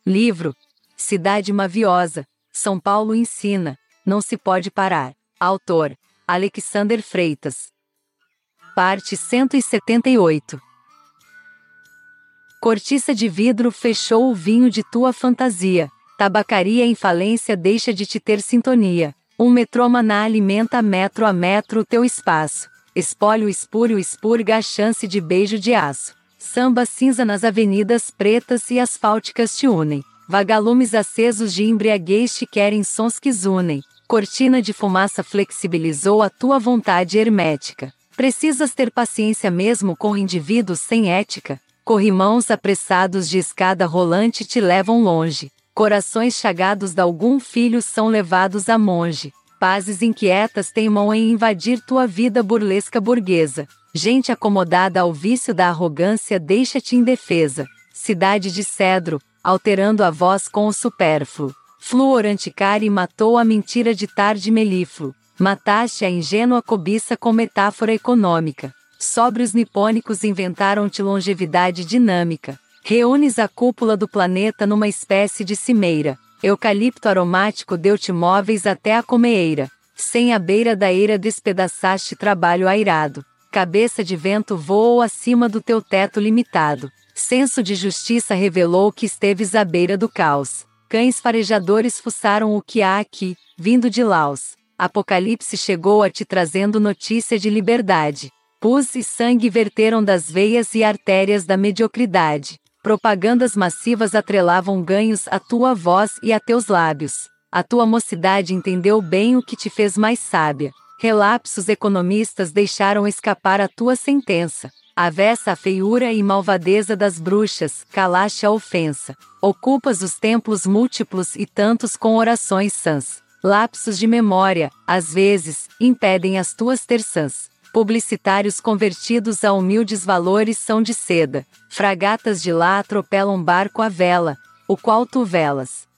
Livro: Cidade Maviosa, São Paulo ensina, não se pode parar. Autor: Alexander Freitas. Parte 178. Cortiça de vidro fechou o vinho de tua fantasia. Tabacaria em falência deixa de te ter sintonia. Um metrômana alimenta metro a metro o teu espaço. Espólio espúrio expurga a chance de beijo de aço. Samba cinza nas avenidas pretas e asfálticas te unem. Vagalumes acesos de embriaguez te querem sons que zunem. Cortina de fumaça flexibilizou a tua vontade hermética. Precisas ter paciência mesmo com indivíduos sem ética. Corrimãos apressados de escada rolante te levam longe. Corações chagados de algum filho são levados a monge. Pazes inquietas teimam em invadir tua vida burlesca burguesa. Gente acomodada ao vício da arrogância deixa-te indefesa. Cidade de cedro, alterando a voz com o supérfluo. Flúor anticárie matou a mentira de tarde melífluo. Mataste a ingênua cobiça com metáfora econômica. Sóbrios nipônicos inventaram-te longevidade dinâmica. Reúnes a cúpula do planeta numa espécie de cimeira. Eucalipto aromático deu-te móveis até a comeeira. Sem a beira da eira despedaçaste trabalho airado. Cabeça de vento voou acima do teu teto limitado. Senso de justiça revelou que esteves à beira do caos. Cães farejadores fuçaram o que há aqui, vindo de Laos. Apocalipse chegou a ti trazendo notícia de liberdade. Pus e sangue verteram das veias e artérias da mediocridade. Propagandas massivas atrelavam ganhos à tua voz e a teus lábios. A tua mocidade entendeu bem o que te fez mais sábia. Relapsos economistas deixaram escapar a tua sentença. Avessa a feiura e malvadeza das bruxas, calaste a ofensa. Ocupas os templos múltiplos e tantos com orações sãs. Lapsos de memória, às vezes, impedem as tuas terçãs. Publicitários convertidos a humildes valores são de seda. Fragatas de lá atropelam barco à vela, o qual tu velas.